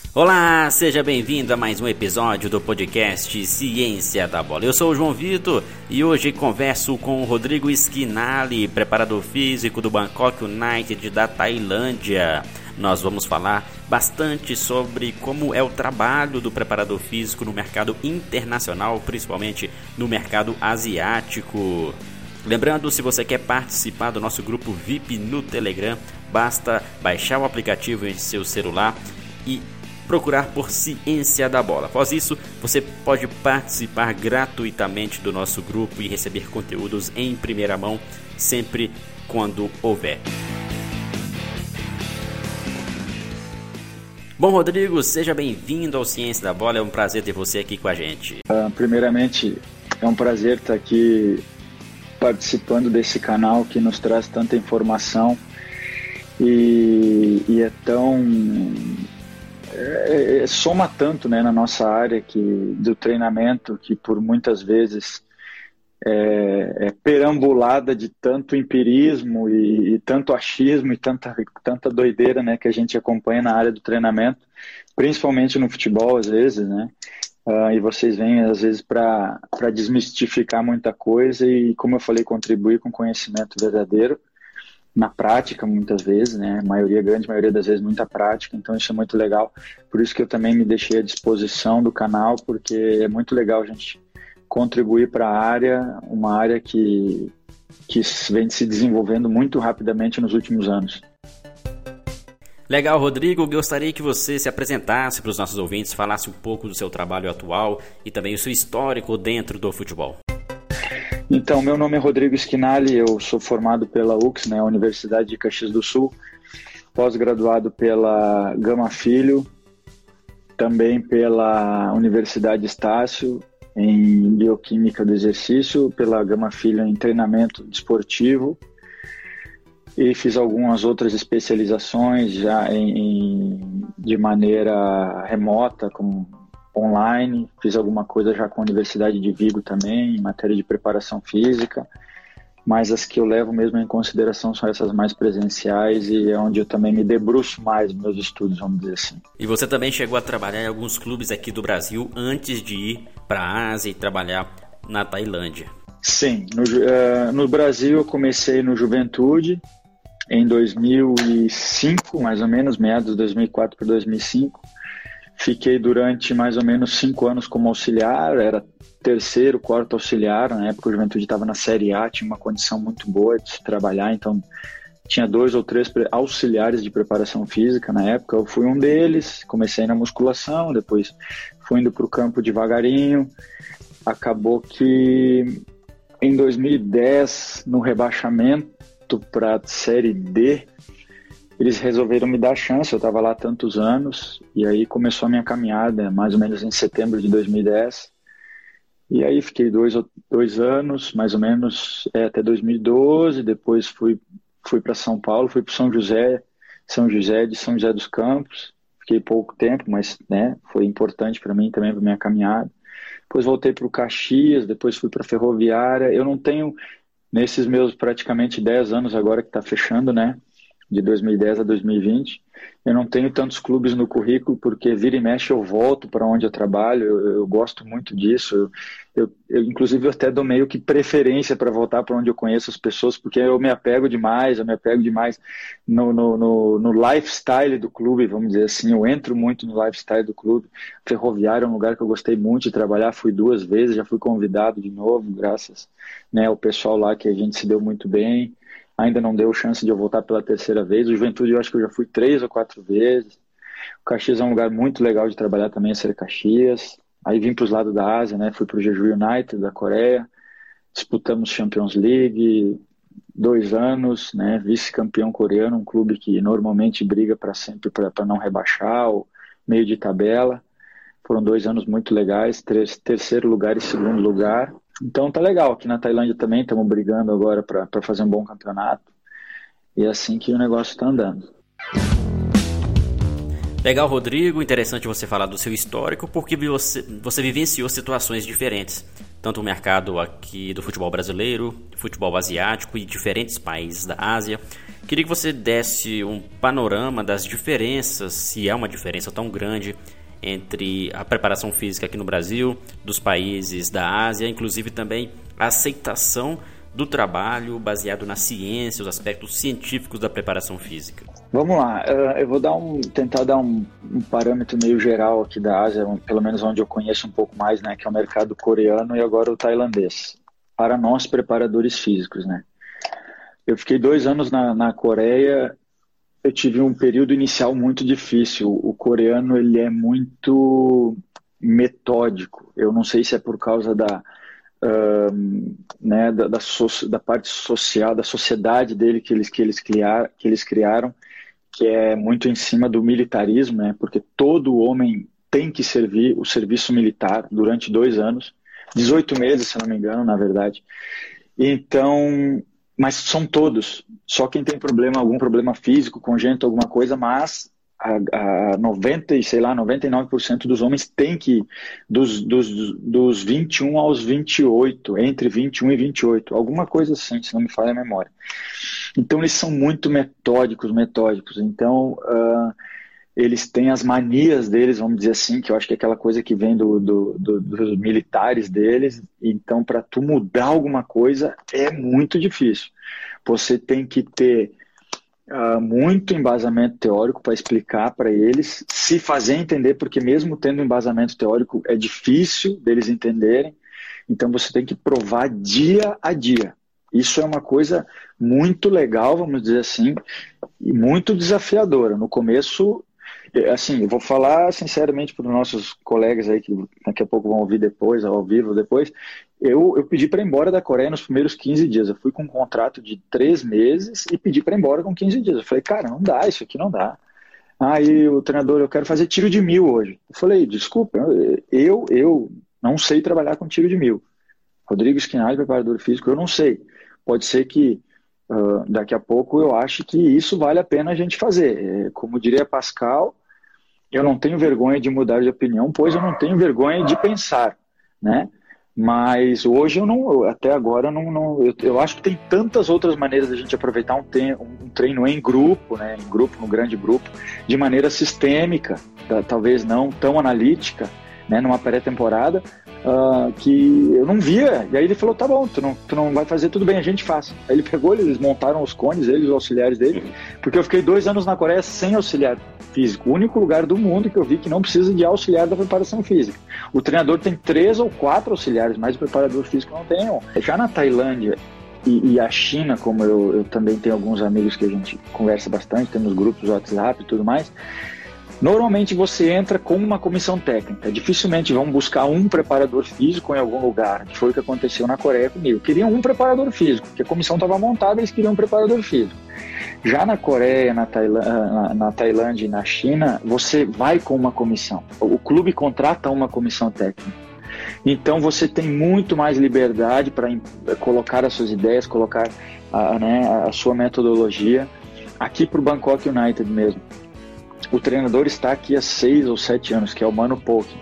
Olá, seja bem-vindo a mais um episódio do podcast Ciência da Bola. Eu sou o João Vitor e hoje converso com o Rodrigo Skinali, preparador físico do Bangkok United da Tailândia. Nós vamos falar bastante sobre como é o trabalho do preparador físico no mercado internacional, principalmente no mercado asiático. Lembrando, se você quer participar do nosso grupo VIP no Telegram, basta baixar o aplicativo em seu celular e procurar por Ciência da Bola. Após isso, você pode participar gratuitamente do nosso grupo e receber conteúdos em primeira mão, sempre quando houver. Bom, Rodrigo, seja bem-vindo ao Ciência da Bola. É um prazer ter você aqui com a gente. Primeiramente, é um prazer estar aqui participando desse canal que nos traz tanta informação e é tão... soma tanto, né, na nossa área do treinamento, que por muitas vezes é perambulada de tanto empirismo e tanto achismo e tanta doideira, né, que a gente acompanha na área do treinamento, principalmente no futebol às vezes, né, e vocês vêm às vezes para desmistificar muita coisa e, como eu falei, contribuir com conhecimento verdadeiro na prática, muitas vezes, né? Grande maioria das vezes, muita prática, então isso é muito legal. Por isso que eu também me deixei à disposição do canal, porque é muito legal a gente contribuir para a área, uma área que vem se desenvolvendo muito rapidamente nos últimos anos. Legal, Rodrigo. Gostaria que você se apresentasse para os nossos ouvintes, falasse um pouco do seu trabalho atual e também o seu histórico dentro do futebol. Então, meu nome é Rodrigo Skinali, eu sou formado pela UX, né, Universidade de Caxias do Sul, pós-graduado pela Gama Filho, também pela Universidade Estácio, em Bioquímica do Exercício, pela Gama Filho em Treinamento Desportivo, e fiz algumas outras especializações já de maneira remota, como online, fiz alguma coisa já com a Universidade de Vigo também, em matéria de preparação física, mas as que eu levo mesmo em consideração são essas mais presenciais e é onde eu também me debruço mais nos meus estudos, vamos dizer assim. E você também chegou a trabalhar em alguns clubes aqui do Brasil antes de ir para a Ásia e trabalhar na Tailândia? Sim, no Brasil eu comecei no Juventude em 2005, mais ou menos, meados de 2004 para 2005. Fiquei durante mais ou menos 5 anos como auxiliar, era terceiro, quarto auxiliar, na época o Juventude estava na Série A, tinha uma condição muito boa de se trabalhar, então tinha 2 ou 3 auxiliares de preparação física na época, eu fui um deles, comecei na musculação, depois fui indo para o campo devagarinho, acabou que em 2010, no rebaixamento para a Série D, eles resolveram me dar a chance, eu estava lá há tantos anos, e aí começou a minha caminhada, mais ou menos em setembro de 2010, e aí fiquei 2 anos, mais ou menos, até 2012, depois fui para São Paulo, fui para São José de São José dos Campos, fiquei pouco tempo, mas né, foi importante para mim também, para minha caminhada, depois voltei para o Caxias, depois fui para a Ferroviária, eu não tenho, nesses meus praticamente 10 anos agora que está fechando, né, de 2010 a 2020, eu não tenho tantos clubes no currículo, porque vira e mexe eu volto para onde eu trabalho, eu gosto muito disso, eu inclusive eu até dou meio que preferência para voltar para onde eu conheço as pessoas, porque eu me apego demais no lifestyle do clube, vamos dizer assim, eu entro muito no lifestyle do clube. Ferroviário é um lugar que eu gostei muito de trabalhar, fui 2 vezes, já fui convidado de novo, graças, né, ao pessoal lá que a gente se deu muito bem. Ainda não deu chance de eu voltar pela 3ª vez. O Juventude eu acho que eu já fui 3 ou 4 vezes. O Caxias é um lugar muito legal de trabalhar também, a ser Caxias. Aí vim para os lados da Ásia, né? Fui para o Jeju United da Coreia. Disputamos Champions League 2 anos, né? Vice-campeão coreano, um clube que normalmente briga para sempre para não rebaixar, ou meio de tabela. Foram 2 anos muito legais, 3º lugar e 2º lugar. Então tá legal, aqui na Tailândia também estamos brigando agora para fazer um bom campeonato e é assim que o negócio está andando. Legal, Rodrigo. Interessante você falar do seu histórico, porque você vivenciou situações diferentes. Tanto o mercado aqui do futebol brasileiro, futebol asiático e diferentes países da Ásia. Queria que você desse um panorama das diferenças, se há uma diferença tão grande entre a preparação física aqui no Brasil, dos países da Ásia, inclusive também a aceitação do trabalho baseado na ciência, os aspectos científicos da preparação física. Vamos lá, eu vou tentar dar um parâmetro meio geral aqui da Ásia, pelo menos onde eu conheço um pouco mais, né, que é o mercado coreano e agora o tailandês, para nós preparadores físicos, né. Eu fiquei 2 anos na Coreia, eu tive um período inicial muito difícil. O coreano, ele é muito metódico, eu não sei se é por causa né, da parte social, da sociedade dele que eles criaram, que é muito em cima do militarismo, né, porque todo homem tem que servir o serviço militar durante 2 anos, 18 meses, se não me engano, na verdade. Então, mas são todos, só quem tem algum problema físico, congênito, alguma coisa, mas a 99% dos homens tem que, dos 21 aos 28, entre 21 e 28, alguma coisa assim, se não me falha a memória. Então eles são muito metódicos, então eles têm as manias deles, vamos dizer assim, que eu acho que é aquela coisa que vem dos militares deles. Então, para tu mudar alguma coisa é muito difícil. Você tem que ter muito embasamento teórico para explicar para eles, se fazer entender, porque mesmo tendo embasamento teórico é difícil deles entenderem. Então você tem que provar dia a dia. Isso é uma coisa muito legal, vamos dizer assim, e muito desafiadora. No começo, assim, eu vou falar sinceramente para os nossos colegas aí que daqui a pouco vão ouvir depois, ao vivo depois, eu pedi para ir embora da Coreia nos primeiros 15 dias. Eu fui com um contrato de 3 meses e pedi para ir embora com 15 dias. Eu falei, cara, não dá, isso aqui não dá. Aí o treinador, eu quero fazer tiro de 1000 hoje. Eu falei, desculpa, eu não sei trabalhar com tiro de 1000. Rodrigo Schiinalli, preparador físico, eu não sei. Pode ser que daqui a pouco eu ache que isso vale a pena a gente fazer. Como diria Pascal, eu não tenho vergonha de mudar de opinião, pois eu não tenho vergonha de pensar, né? Mas hoje até agora eu acho que tem tantas outras maneiras de a gente aproveitar um treino em grupo, né? Em grupo, no grande grupo, de maneira sistêmica, talvez não tão analítica, né? Numa pré-temporada, que eu não via. E aí ele falou, tá bom, tu não vai fazer, tudo bem, a gente faz. Aí ele pegou, eles montaram os cones, os auxiliares dele, porque eu fiquei 2 anos na Coreia sem auxiliar físico. O único lugar do mundo que eu vi que não precisa de auxiliar da preparação física. O treinador tem 3 ou 4 auxiliares, mas o preparador físico não tem um. Já na Tailândia e a China, como eu também tenho alguns amigos que a gente conversa bastante, temos grupos WhatsApp e tudo mais, normalmente você entra com uma comissão técnica. Dificilmente vão buscar um preparador físico em algum lugar, que foi o que aconteceu na Coreia comigo. Queriam um preparador físico, porque a comissão estava montada e eles queriam um preparador físico. Já na Coreia, na Tailândia e na China, você vai com uma comissão. O clube contrata uma comissão técnica. Então você tem muito mais liberdade para colocar as suas ideias, colocar a sua metodologia. Aqui para o Bangkok United mesmo, o treinador está aqui há 6 ou 7 anos, que é o Manu Polk.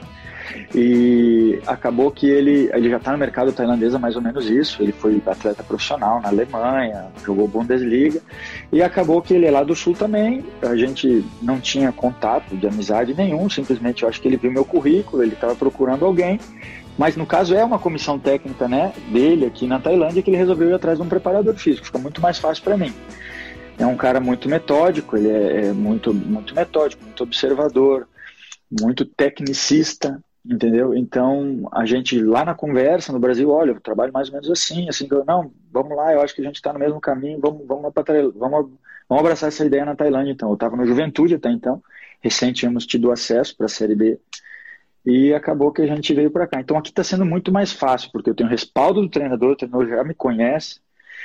E acabou que ele já está no mercado tailandês há mais ou menos isso. Ele foi atleta profissional na Alemanha, jogou Bundesliga, e acabou que ele é lá do Sul também. A gente não tinha contato de amizade nenhum, simplesmente eu acho que ele viu meu currículo, ele estava procurando alguém, mas no caso é uma comissão técnica, né, dele aqui na Tailândia, que ele resolveu ir atrás de um preparador físico. Fica muito mais fácil para mim. É um cara muito metódico, ele é muito, muito metódico, muito observador, muito tecnicista, entendeu? Então, a gente lá na conversa no Brasil, olha, eu trabalho mais ou menos assim, não, vamos lá, eu acho que a gente está no mesmo caminho, vamos abraçar essa ideia na Tailândia, então. Eu estava no Juventude até então, recém tínhamos tido acesso para a Série B, e acabou que a gente veio para cá. Então, aqui está sendo muito mais fácil, porque eu tenho respaldo do treinador, o treinador já me conhece,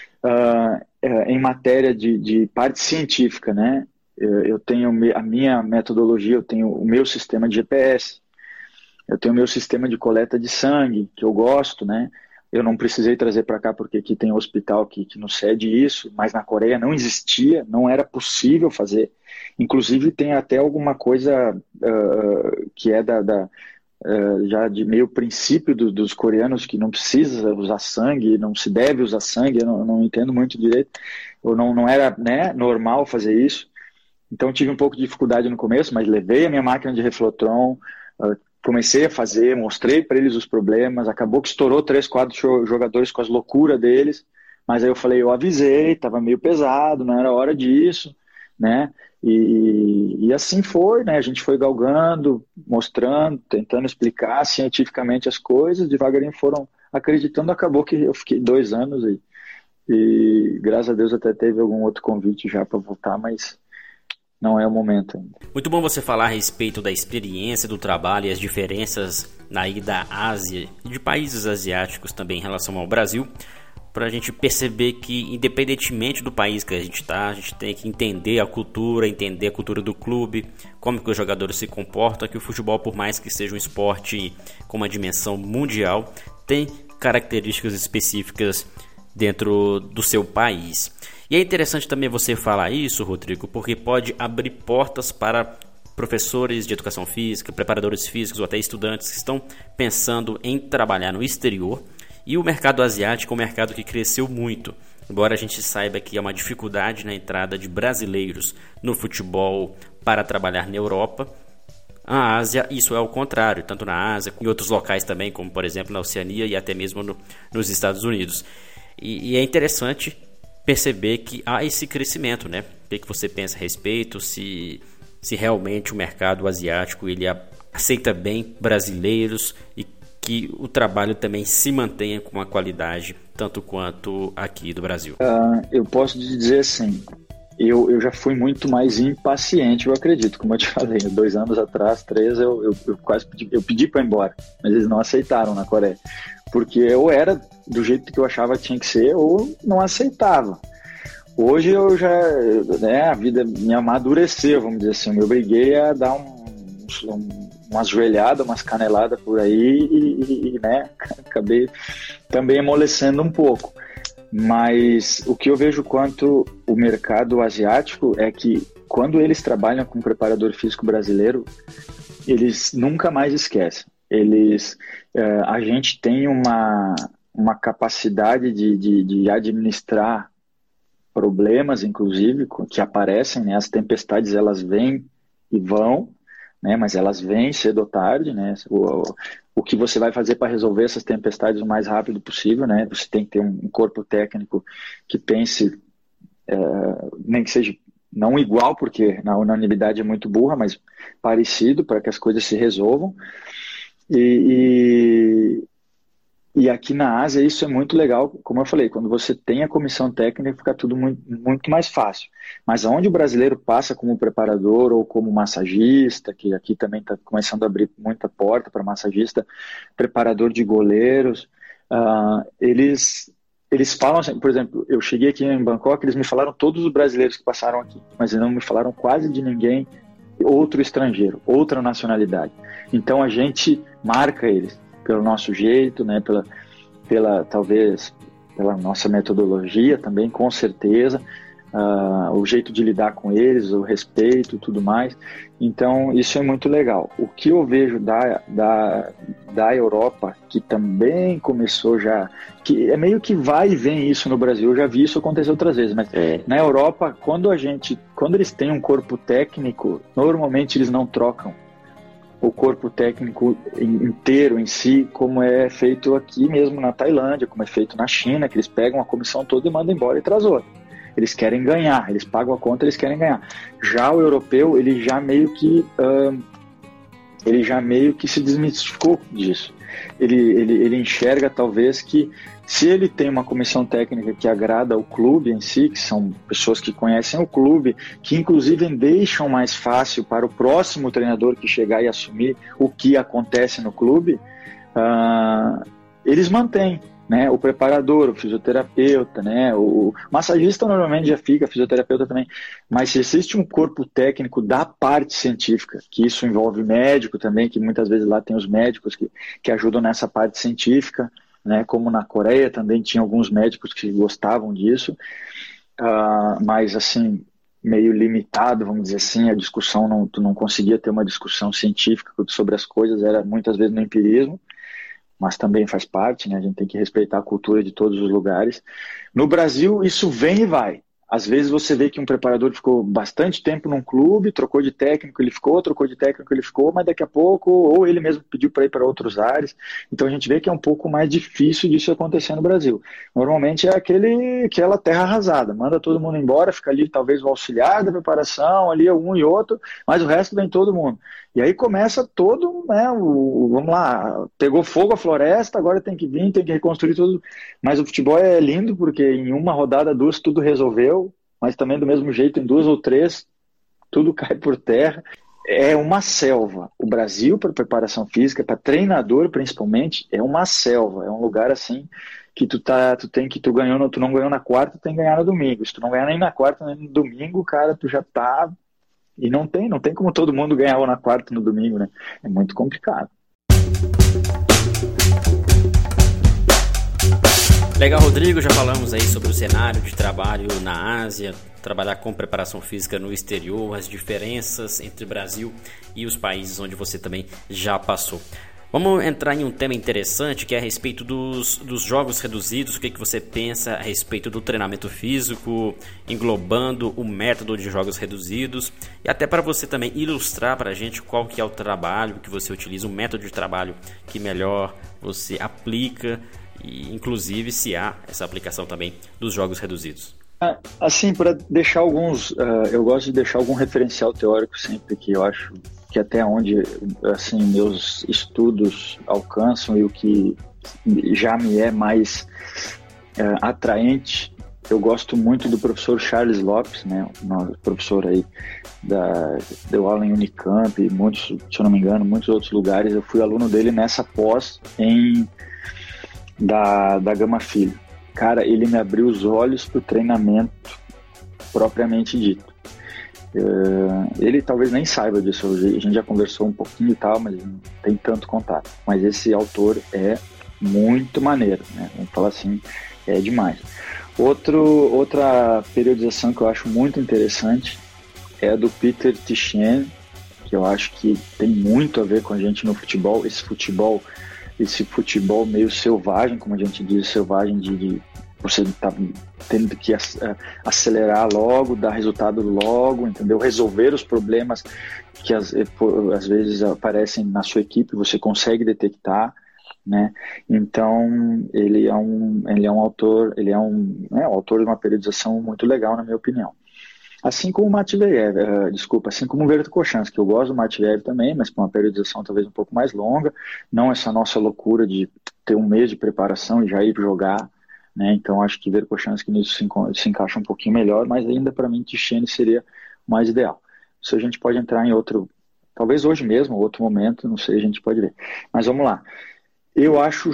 em matéria de parte científica, né? Eu tenho a minha metodologia, eu tenho o meu sistema de GPS, eu tenho o meu sistema de coleta de sangue, que eu gosto, né? Eu não precisei trazer para cá porque aqui tem um hospital que nos cede isso, mas na Coreia não existia, não era possível fazer. Inclusive tem até alguma coisa que é já de meio princípio dos coreanos, que não precisa usar sangue, não se deve usar sangue, eu não entendo muito direito, ou não era, né, normal fazer isso. Então tive um pouco de dificuldade no começo, mas levei a minha máquina de Reflotron, comecei a fazer, mostrei para eles os problemas, acabou que estourou 3, 4 jogadores com as loucuras deles, mas aí eu falei, eu avisei, estava meio pesado, não era hora disso, né? E assim foi, né? A gente foi galgando, mostrando, tentando explicar cientificamente as coisas, devagarinho foram acreditando, acabou que eu fiquei 2 anos e graças a Deus até teve algum outro convite já para voltar, mas não é o momento ainda. Muito bom você falar a respeito da experiência do trabalho e as diferenças aí da Ásia e de países asiáticos também em relação ao Brasil, para a gente perceber que, independentemente do país que a gente está, a gente tem que entender a cultura do clube, como que os jogadores se comportam, que o futebol, por mais que seja um esporte com uma dimensão mundial, tem características específicas dentro do seu país. E é interessante também você falar isso, Rodrigo, porque pode abrir portas para professores de educação física, preparadores físicos ou até estudantes que estão pensando em trabalhar no exterior. E o mercado asiático é um mercado que cresceu muito, embora a gente saiba que há uma dificuldade na entrada de brasileiros no futebol para trabalhar na Europa. A Ásia, isso é o contrário, tanto na Ásia como em outros locais também, como por exemplo na Oceania e até mesmo nos Estados Unidos. E é interessante perceber que há esse crescimento, né? O que você pensa a respeito, se realmente o mercado asiático ele aceita bem brasileiros e que o trabalho também se mantenha com uma qualidade tanto quanto aqui do Brasil. Eu posso te dizer assim, eu já fui muito mais impaciente, eu acredito, como eu te falei, 2 anos atrás, 3, eu quase pedi para ir embora, mas eles não aceitaram na Coreia, porque eu era do jeito que eu achava que tinha que ser ou não aceitava. Hoje eu já, né, a vida me amadureceu, vamos dizer assim, eu me obriguei a dar umas joelhadas, umas caneladas por aí e né, acabei também amolecendo um pouco. Mas o que eu vejo quanto o mercado asiático é que quando eles trabalham com um preparador físico brasileiro, eles nunca mais esquecem. A gente tem uma capacidade de administrar problemas, inclusive, que aparecem, né? As tempestades, elas vêm e vão, né? Mas elas vêm cedo ou tarde, né? O que você vai fazer para resolver essas tempestades o mais rápido possível, né? Você tem que ter um corpo técnico que pense, nem que seja não igual, porque na unanimidade é muito burra, mas parecido, para que as coisas se resolvam. E aqui na Ásia isso é muito legal, como eu falei, quando você tem a comissão técnica fica tudo muito, muito mais fácil. Mas onde o brasileiro passa como preparador ou como massagista, que aqui também está começando a abrir muita porta para massagista, preparador de goleiros, eles falam assim, por exemplo, eu cheguei aqui em Bangkok, eles me falaram todos os brasileiros que passaram aqui, mas eles não me falaram quase de ninguém outro estrangeiro, outra nacionalidade. Então a gente marca eles pelo nosso jeito, né, talvez pela nossa metodologia também, com certeza, o jeito de lidar com eles, o respeito e tudo mais. Então isso é muito legal. O que eu vejo da Europa, que também começou já, que é meio que vai e vem isso no Brasil, eu já vi isso acontecer outras vezes, mas na Europa, quando eles têm um corpo técnico, normalmente eles não trocam o corpo técnico inteiro em si, como é feito aqui mesmo na Tailândia, como é feito na China, que eles pegam a comissão toda e mandam embora e traz outra. Eles querem ganhar, eles pagam a conta, eles querem ganhar. Já o europeu, ele já meio que se desmistificou disso. Ele enxerga talvez que se ele tem uma comissão técnica que agrada o clube em si, que são pessoas que conhecem o clube, que inclusive deixam mais fácil para o próximo treinador que chegar e assumir o que acontece no clube, eles mantêm, né, o preparador, o fisioterapeuta, né, o massagista normalmente já fica, fisioterapeuta também, mas se existe um corpo técnico da parte científica, que isso envolve médico também, que muitas vezes lá tem os médicos que ajudam nessa parte científica, né? Como na Coreia também tinha alguns médicos que gostavam disso, mas assim, meio limitado, vamos dizer assim, a discussão, tu não conseguia ter uma discussão científica sobre as coisas, era muitas vezes no empirismo, mas também faz parte, né? A gente tem que respeitar a cultura de todos os lugares. No Brasil, isso vem e vai. Às vezes você vê que um preparador ficou bastante tempo num clube, trocou de técnico, ele ficou, trocou de técnico, ele ficou, mas daqui a pouco, ou ele mesmo pediu para ir para outros ares. Então a gente vê que é um pouco mais difícil disso acontecer no Brasil. Normalmente é aquela terra arrasada, manda todo mundo embora, fica ali talvez o auxiliar da preparação, ali um e outro, mas o resto vem todo mundo. E aí começa todo, né, vamos lá, pegou fogo a floresta, agora tem que vir, tem que reconstruir tudo. Mas o futebol é lindo porque em uma rodada, duas, tudo resolveu, mas também do mesmo jeito, em duas ou três, tudo cai por terra. É uma selva. O Brasil, para preparação física, para treinador principalmente, é uma selva. É um lugar assim que tu não ganhou na quarta, tu tem que ganhar no domingo. Se tu não ganhar nem na quarta, nem no domingo, cara, tu já tá. E não tem como todo mundo ganhar ou na quarta ou no domingo, né? É muito complicado. Legal, Rodrigo, já falamos aí sobre o cenário de trabalho na Ásia, trabalhar com preparação física no exterior, as diferenças entre o Brasil e os países onde você também já passou. Vamos entrar em um tema interessante que é a respeito dos jogos reduzidos. O que você pensa a respeito do treinamento físico, englobando o método de jogos reduzidos, e até para você também ilustrar para a gente qual que é o trabalho que você utiliza, o método de trabalho que melhor você aplica, e inclusive se há essa aplicação também dos jogos reduzidos. Assim, para deixar eu gosto de deixar algum referencial teórico sempre, que eu acho que até onde assim meus estudos alcançam e o que já me é mais atraente. Eu gosto muito do professor Charles Lopes, né, um professor aí deu aula em Unicamp, muitos, se eu não me engano, muitos outros lugares. Eu fui aluno dele nessa pós da Gama Filho. Cara, ele me abriu os olhos para o treinamento propriamente dito. Ele talvez nem saiba disso, a gente já conversou um pouquinho e tal, mas não tem tanto contato. Mas esse autor é muito maneiro, né? Vamos falar assim, é demais. Outra periodização que eu acho muito interessante é a do Peter Tichien, que eu acho que tem muito a ver com a gente no futebol, esse futebol meio selvagem, como a gente diz, selvagem de você tá tendo que acelerar logo, dar resultado logo, entendeu? Resolver os problemas que às vezes aparecem na sua equipe, você consegue detectar, né? Então ele é um autor, o autor de uma periodização muito legal, na minha opinião. Assim como o Matveev, assim como o Verkhoshansky, eu gosto do Matveev também, mas com uma periodização talvez um pouco mais longa, não essa nossa loucura de ter um mês de preparação e já ir jogar, né? Então acho que Verkhoshansky nisso se encaixa um pouquinho melhor, mas ainda para mim Tichien seria o mais ideal. Isso a gente pode entrar em outro, talvez hoje mesmo, outro momento, não sei, a gente pode ver. Mas vamos lá. Eu acho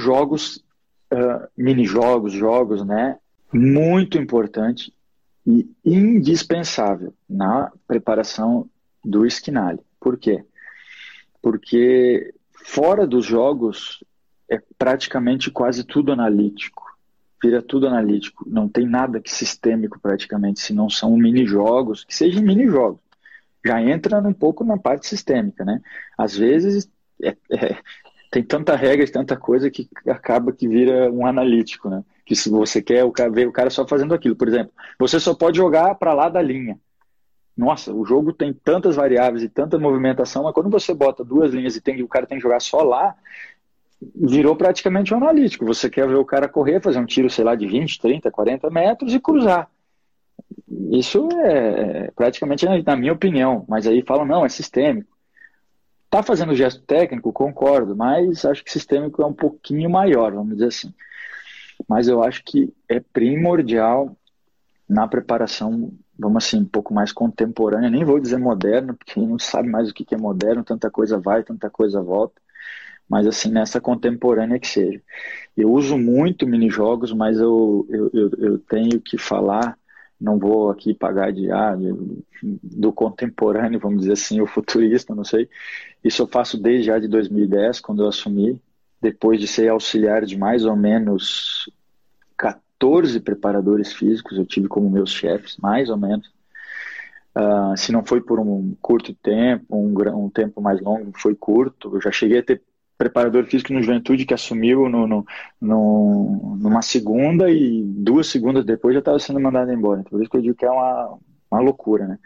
jogos, né, muito importante e indispensável na preparação do Skinali. Por quê? Porque fora dos jogos é praticamente quase tudo analítico. Vira tudo analítico. Não tem nada que sistêmico praticamente, se não são mini-jogos, que sejam mini-jogos. Já entra um pouco na parte sistêmica, né? Às vezes tem tanta regra, tanta coisa que acaba que vira um analítico, né? Que se você quer ver o cara só fazendo aquilo, por exemplo, você só pode jogar para lá da linha. Nossa, o jogo tem tantas variáveis e tanta movimentação, mas quando você bota duas linhas e o cara tem que jogar só lá, virou praticamente um analítico. Você quer ver o cara correr, fazer um tiro, sei lá, de 20, 30, 40 metros e cruzar. Isso é praticamente, na minha opinião, mas aí falam, não, é sistêmico. Tá fazendo gesto técnico, concordo, mas acho que sistêmico é um pouquinho maior, vamos dizer assim. Mas eu acho que é primordial na preparação, vamos assim, um pouco mais contemporânea, nem vou dizer moderna, porque não sabe mais o que é moderno, tanta coisa vai, tanta coisa volta, mas assim, nessa contemporânea que seja. Eu uso muito minijogos, mas eu tenho que falar, não vou aqui pagar do contemporâneo, vamos dizer assim, o futurista, não sei. Isso eu faço desde já de 2010, quando eu assumi. depois de ser auxiliar de mais ou menos 14 preparadores físicos, eu tive como meus chefes, mais ou menos. Se não foi por um curto tempo, um tempo mais longo, foi curto. Eu já cheguei a ter preparador físico no Juventude que assumiu numa segunda e 2 segundas depois já estava sendo mandado embora. Então, por isso que eu digo que é uma loucura, né?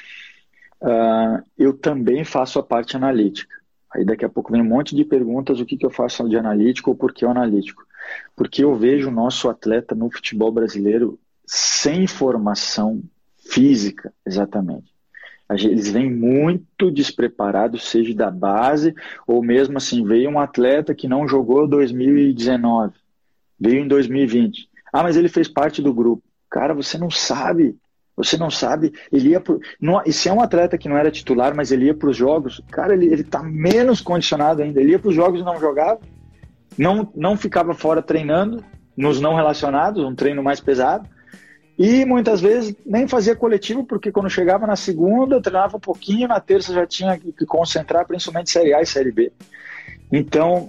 Eu também faço a parte analítica. Aí daqui a pouco vem um monte de perguntas, o que eu faço de analítico ou por que analítico? Porque eu vejo o nosso atleta no futebol brasileiro sem formação física, exatamente. Eles vêm muito despreparados, seja da base, ou mesmo assim, veio um atleta que não jogou em 2019, veio em 2020. Mas ele fez parte do grupo. Cara, você não sabe, ele ia e se é um atleta que não era titular, mas ele ia para os jogos, cara, ele tá menos condicionado ainda, ele ia para os jogos e não jogava, não ficava fora treinando, nos não relacionados, um treino mais pesado, e muitas vezes nem fazia coletivo, porque quando chegava na segunda, treinava um pouquinho, na terça já tinha que concentrar, principalmente Série A e Série B. Então,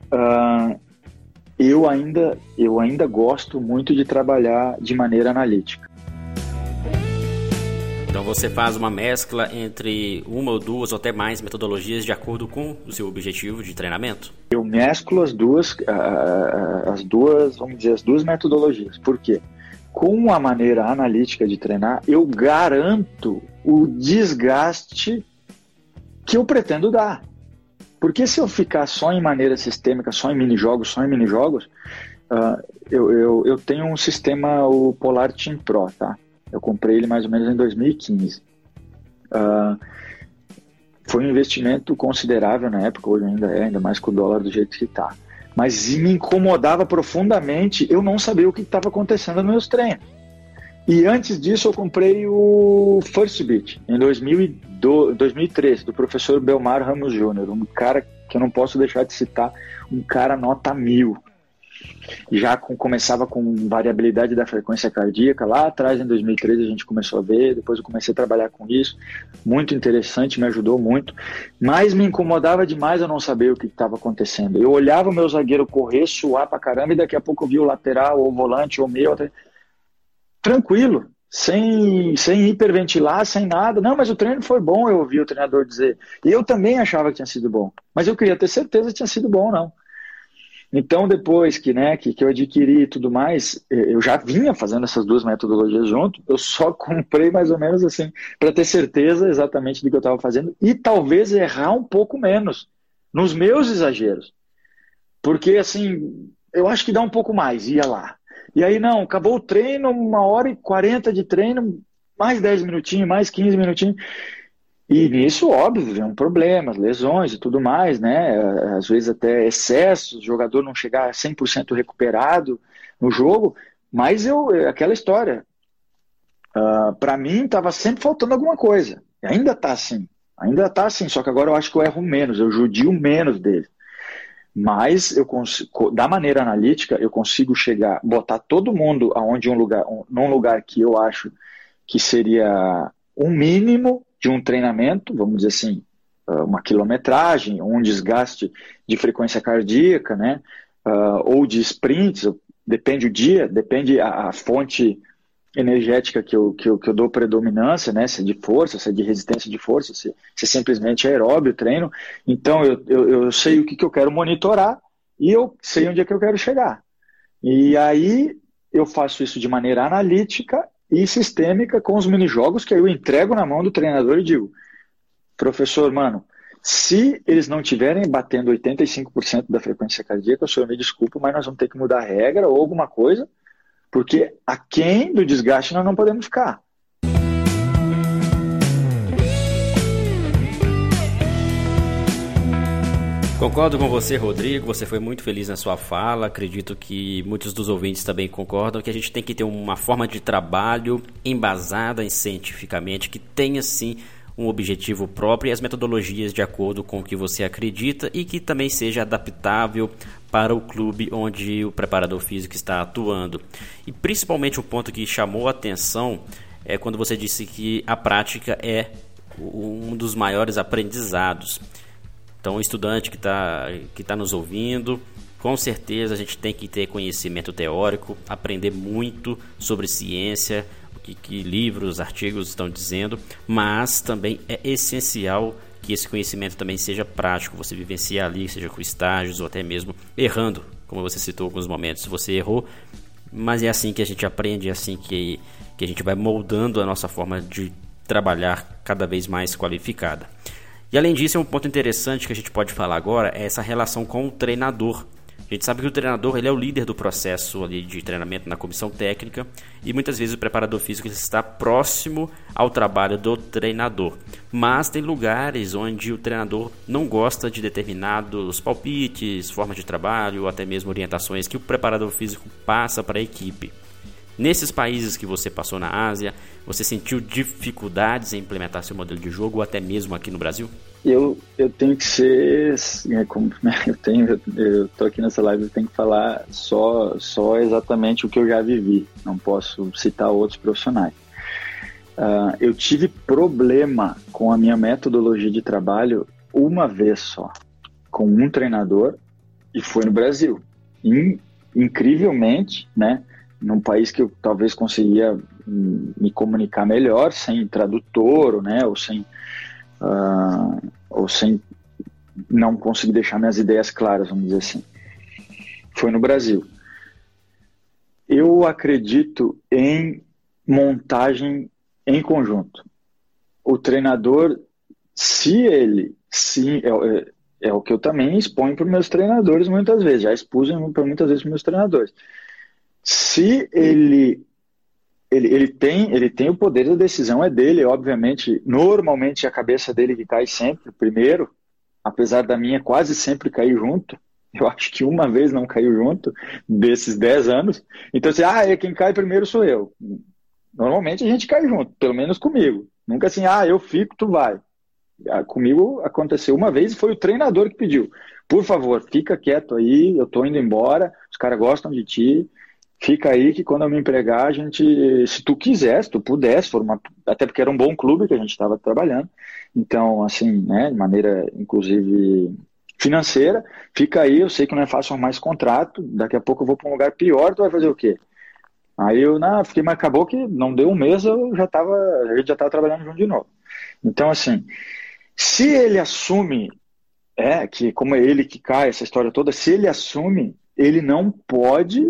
eu ainda gosto muito de trabalhar de maneira analítica. Então você faz uma mescla entre uma ou duas ou até mais metodologias de acordo com o seu objetivo de treinamento? Eu mesclo as duas, vamos dizer, as duas metodologias. Por quê? Com a maneira analítica de treinar, eu garanto o desgaste que eu pretendo dar. Porque se eu ficar só em maneira sistêmica, só em mini-jogos, eu tenho um sistema, o Polar Team Pro, tá? Eu comprei ele mais ou menos em 2015. Foi um investimento considerável na época, hoje ainda mais com o dólar do jeito que está. Mas me incomodava profundamente eu não saber o que estava acontecendo nos meus treinos. E antes disso eu comprei o First Beat, em 2013, do professor Belmar Ramos Júnior, um cara que eu não posso deixar de citar, um cara nota 1000. Já começava com variabilidade da frequência cardíaca, lá atrás em 2013 a gente começou a ver, depois eu comecei a trabalhar com isso, muito interessante, me ajudou muito, mas me incomodava demais eu não saber o que estava acontecendo. Eu olhava o meu zagueiro correr, suar pra caramba, e daqui a pouco eu via o lateral, ou o volante, ou o meio, tranquilo, sem hiperventilar, sem nada. Não, mas o treino foi bom, eu ouvi o treinador dizer, e eu também achava que tinha sido bom, mas eu queria ter certeza que tinha sido bom ou não. Então, depois que eu adquiri e tudo mais, eu já vinha fazendo essas duas metodologias junto, eu só comprei mais ou menos assim, para ter certeza exatamente do que eu estava fazendo e talvez errar um pouco menos nos meus exageros. Porque, assim, eu acho que dá um pouco mais, ia lá. E aí, não, acabou o treino, 1h40 de treino, mais 10 minutinhos, mais 15 minutinhos. E nisso, óbvio, vem problemas, lesões e tudo mais, né? Às vezes até excessos, o jogador não chegar 100% recuperado no jogo, mas aquela história, para mim estava sempre faltando alguma coisa. E ainda está assim, só que agora eu acho que eu erro menos, eu judio menos dele. Mas da maneira analítica, eu consigo botar todo mundo num lugar que eu acho que seria um mínimo de um treinamento, vamos dizer assim, uma quilometragem, um desgaste de frequência cardíaca, né? Ou de sprints, depende o dia, depende a fonte energética que eu dou predominância, né? Se é de força, se é de resistência de força, se é simplesmente aeróbio treino. Então eu sei o que eu quero monitorar e eu sei onde é que eu quero chegar. E aí eu faço isso de maneira analítica e sistêmica com os mini-jogos que eu entrego na mão do treinador e digo, professor, mano, se eles não estiverem batendo 85% da frequência cardíaca, o senhor me desculpa, mas nós vamos ter que mudar a regra ou alguma coisa, porque aquém do desgaste nós não podemos ficar. Concordo com você, Rodrigo, você foi muito feliz na sua fala, acredito que muitos dos ouvintes também concordam que a gente tem que ter uma forma de trabalho embasada cientificamente, que tenha sim um objetivo próprio e as metodologias de acordo com o que você acredita e que também seja adaptável para o clube onde o preparador físico está atuando. E principalmente o ponto que chamou a atenção é quando você disse que a prática é um dos maiores aprendizados. Então, o estudante que tá nos ouvindo, com certeza a gente tem que ter conhecimento teórico, aprender muito sobre ciência, o que livros, artigos estão dizendo, mas também é essencial que esse conhecimento também seja prático, você vivenciar ali, seja com estágios ou até mesmo errando, como você citou em alguns momentos, você errou, mas é assim que a gente aprende, é assim que a gente vai moldando a nossa forma de trabalhar cada vez mais qualificada. E além disso, é um ponto interessante que a gente pode falar agora, é essa relação com o treinador. A gente sabe que o treinador ele é o líder do processo ali de treinamento na comissão técnica e muitas vezes o preparador físico está próximo ao trabalho do treinador. Mas tem lugares onde o treinador não gosta de determinados palpites, formas de trabalho ou até mesmo orientações que o preparador físico passa para a equipe. Nesses países que você passou na Ásia, você sentiu dificuldades em implementar seu modelo de jogo ou até mesmo aqui no Brasil? Eu tenho que ser, eu tô aqui nessa live, eu tenho que falar só exatamente o que eu já vivi, não posso citar outros profissionais. Eu tive problema com a minha metodologia de trabalho uma vez só, com um treinador, e foi no Brasil. Incrivelmente, né, num país que eu talvez conseguia me comunicar melhor, sem tradutor, né, ou sem não conseguir deixar minhas ideias claras, vamos dizer assim. Foi no Brasil. Eu acredito em montagem em conjunto. O treinador, é o que eu também exponho para os meus treinadores muitas vezes, já expus muitas vezes para os meus treinadores. Se ele tem o poder da decisão, é dele, obviamente. Normalmente é a cabeça dele que cai sempre, primeiro, apesar da minha quase sempre cair junto. Eu acho que uma vez não caiu junto, desses 10 anos. Então, quem cai primeiro sou eu. Normalmente a gente cai junto, pelo menos comigo. Nunca assim, eu fico, tu vai. Comigo aconteceu uma vez e foi o treinador que pediu. Por favor, fica quieto aí, eu tô indo embora, os caras gostam de ti. Fica aí que quando eu me empregar, a gente, se tu quiser, se tu pudesse, até porque era um bom clube que a gente estava trabalhando, então, assim, né, de maneira, inclusive, financeira, fica aí, eu sei que não é fácil arrumar esse contrato, daqui a pouco eu vou para um lugar pior, tu vai fazer o quê? Aí eu, fiquei, mas acabou que não deu um mês, a gente já estava trabalhando junto de novo. Então, assim, se ele assume, que como é ele que cai, essa história toda, se ele assume, ele não pode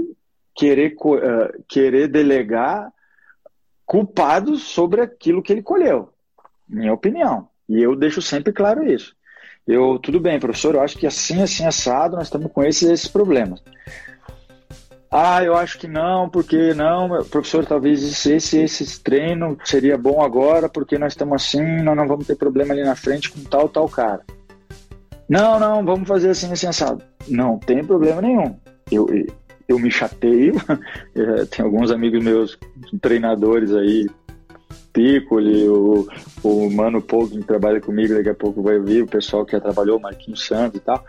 querer delegar culpados sobre aquilo que ele colheu, minha opinião. E eu deixo sempre claro isso. Tudo bem, professor, eu acho que assim assado, nós estamos com esses problemas. Eu acho que não, porque não, professor, talvez esse treino seria bom agora, porque nós estamos assim, nós não vamos ter problema ali na frente com tal cara. Não, vamos fazer assim assado. Não tem problema nenhum. Eu me chateio, tem alguns amigos meus, treinadores aí, Piccoli, o Mano Pouco, que trabalha comigo, daqui a pouco vai vir, o pessoal que já trabalhou, Marquinhos Santos e tal.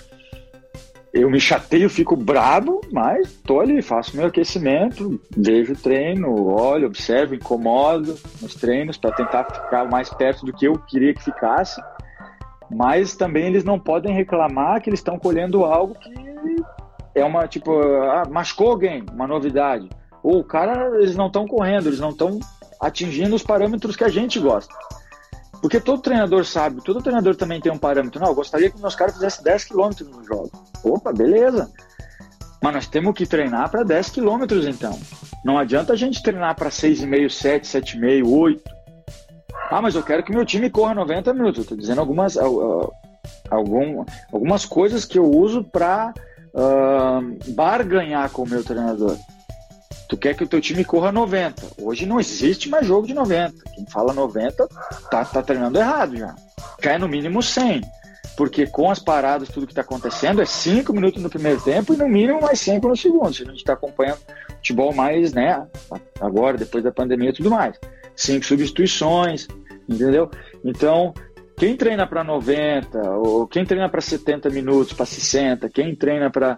Eu me chateio, fico brabo, mas tô ali, faço meu aquecimento, vejo o treino, olho, observo, incomodo nos treinos para tentar ficar mais perto do que eu queria que ficasse, mas também eles não podem reclamar que eles estão colhendo algo que é uma, machucou alguém, uma novidade. Ou o cara, eles não estão correndo, eles não estão atingindo os parâmetros que a gente gosta. Porque todo treinador sabe, todo treinador também tem um parâmetro. Não, eu gostaria que meus caras fizessem 10 km no jogo. Opa, beleza. Mas nós temos que treinar para 10 km então. Não adianta a gente treinar para 6,5, 7, 7,5, 8. Mas eu quero que meu time corra 90 minutos. Eu estou dizendo algumas coisas que eu uso para barganhar com o meu treinador. Tu quer que o teu time corra 90. Hoje não existe mais jogo de 90. Quem fala 90 tá treinando errado já. Quer no mínimo 100. Porque com as paradas, tudo que está acontecendo é 5 minutos no primeiro tempo e no mínimo mais 5 no segundo. Se a gente está acompanhando futebol mais, né, agora, depois da pandemia e tudo mais. 5 substituições, entendeu? Então, quem treina para 90, ou quem treina para 70 minutos, para 60, quem treina para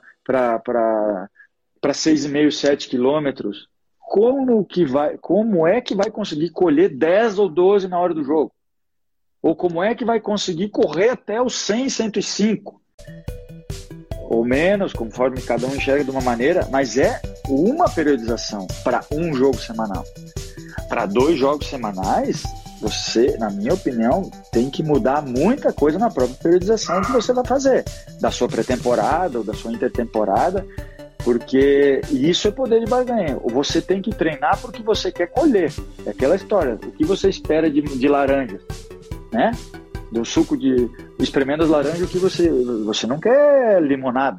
6,5, 7 quilômetros, como é que vai conseguir colher 10 ou 12 na hora do jogo? Ou como é que vai conseguir correr até os 100, 105? Ou menos, conforme cada um enxerga de uma maneira, mas é uma periodização para um jogo semanal. Para 2 jogos semanais, você, na minha opinião, tem que mudar muita coisa na própria periodização que você vai fazer, da sua pré-temporada ou da sua intertemporada, porque isso é poder de barganha. Você tem que treinar porque você quer colher. É aquela história, o que você espera de laranjas, né? Do suco de... Espremendo as laranjas, o que você não quer limonada.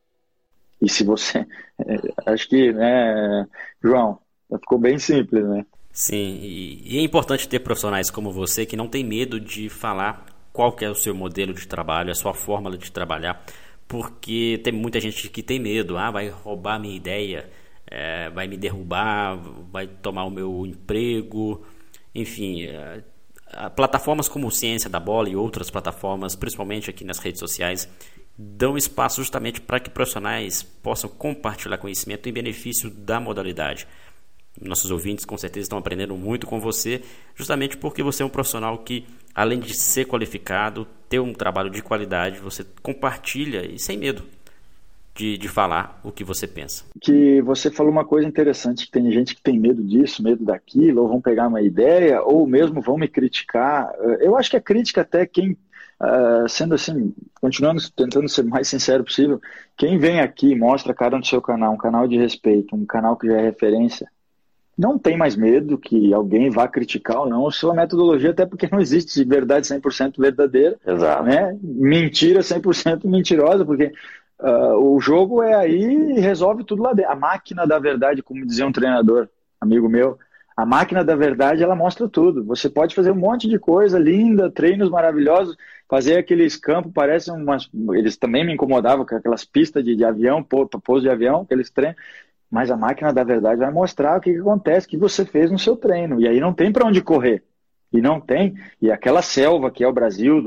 E se você... acho que, né, João, ficou bem simples, né? Sim, e é importante ter profissionais como você que não tem medo de falar qual que é o seu modelo de trabalho, a sua fórmula de trabalhar, porque tem muita gente que tem medo, vai roubar a minha ideia, vai me derrubar, vai tomar o meu emprego, enfim... Plataformas como Ciência da Bola e outras plataformas, principalmente aqui nas redes sociais, dão espaço justamente para que profissionais possam compartilhar conhecimento em benefício da modalidade. Nossos ouvintes com certeza estão aprendendo muito com você, justamente porque você é um profissional que, além de ser qualificado, ter um trabalho de qualidade, você compartilha e sem medo de falar o que você pensa. Que você falou uma coisa interessante, que tem gente que tem medo disso, medo daquilo, ou vão pegar uma ideia, ou mesmo vão me criticar. Eu acho que a crítica até quem, sendo assim, continuando tentando ser o mais sincero possível, quem vem aqui e mostra a cara no seu canal, um canal de respeito, um canal que já é referência, não tem mais medo que alguém vá criticar ou não a sua metodologia, até porque não existe verdade 100% verdadeira, né? Mentira 100% mentirosa, porque o jogo é aí e resolve tudo lá dentro. A máquina da verdade, como dizia um treinador, amigo meu, a máquina da verdade, ela mostra tudo. Você pode fazer um monte de coisa linda, treinos maravilhosos, fazer aqueles campos, parecem umas... Eles também me incomodavam com aquelas pistas de avião, pouso de avião, aqueles treinos. Mas a máquina da verdade vai mostrar o que acontece, o que você fez no seu treino. E aí não tem para onde correr. E não tem. E aquela selva que é o Brasil,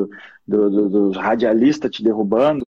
dos radialistas te derrubando.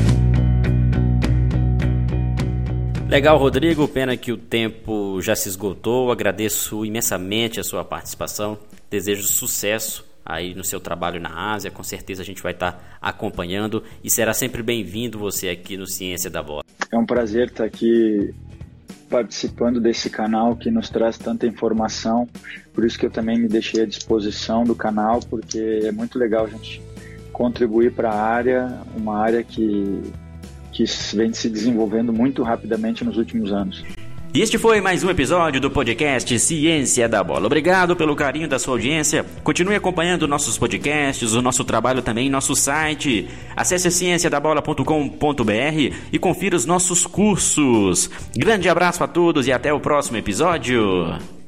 Legal, Rodrigo. Pena que o tempo já se esgotou. Agradeço imensamente a sua participação. Desejo sucesso aí no seu trabalho na Ásia. Com certeza a gente vai estar acompanhando e será sempre bem-vindo você aqui no Ciência da Bola. É um prazer estar aqui participando desse canal que nos traz tanta informação. Por isso que eu também me deixei à disposição do canal, porque é muito legal a gente contribuir para a área, uma área que vem se desenvolvendo muito rapidamente nos últimos anos. E este foi mais um episódio do podcast Ciência da Bola. Obrigado pelo carinho da sua audiência. Continue acompanhando nossos podcasts, o nosso trabalho também em nosso site. Acesse cienciadabola.com.br e confira os nossos cursos. Grande abraço a todos e até o próximo episódio.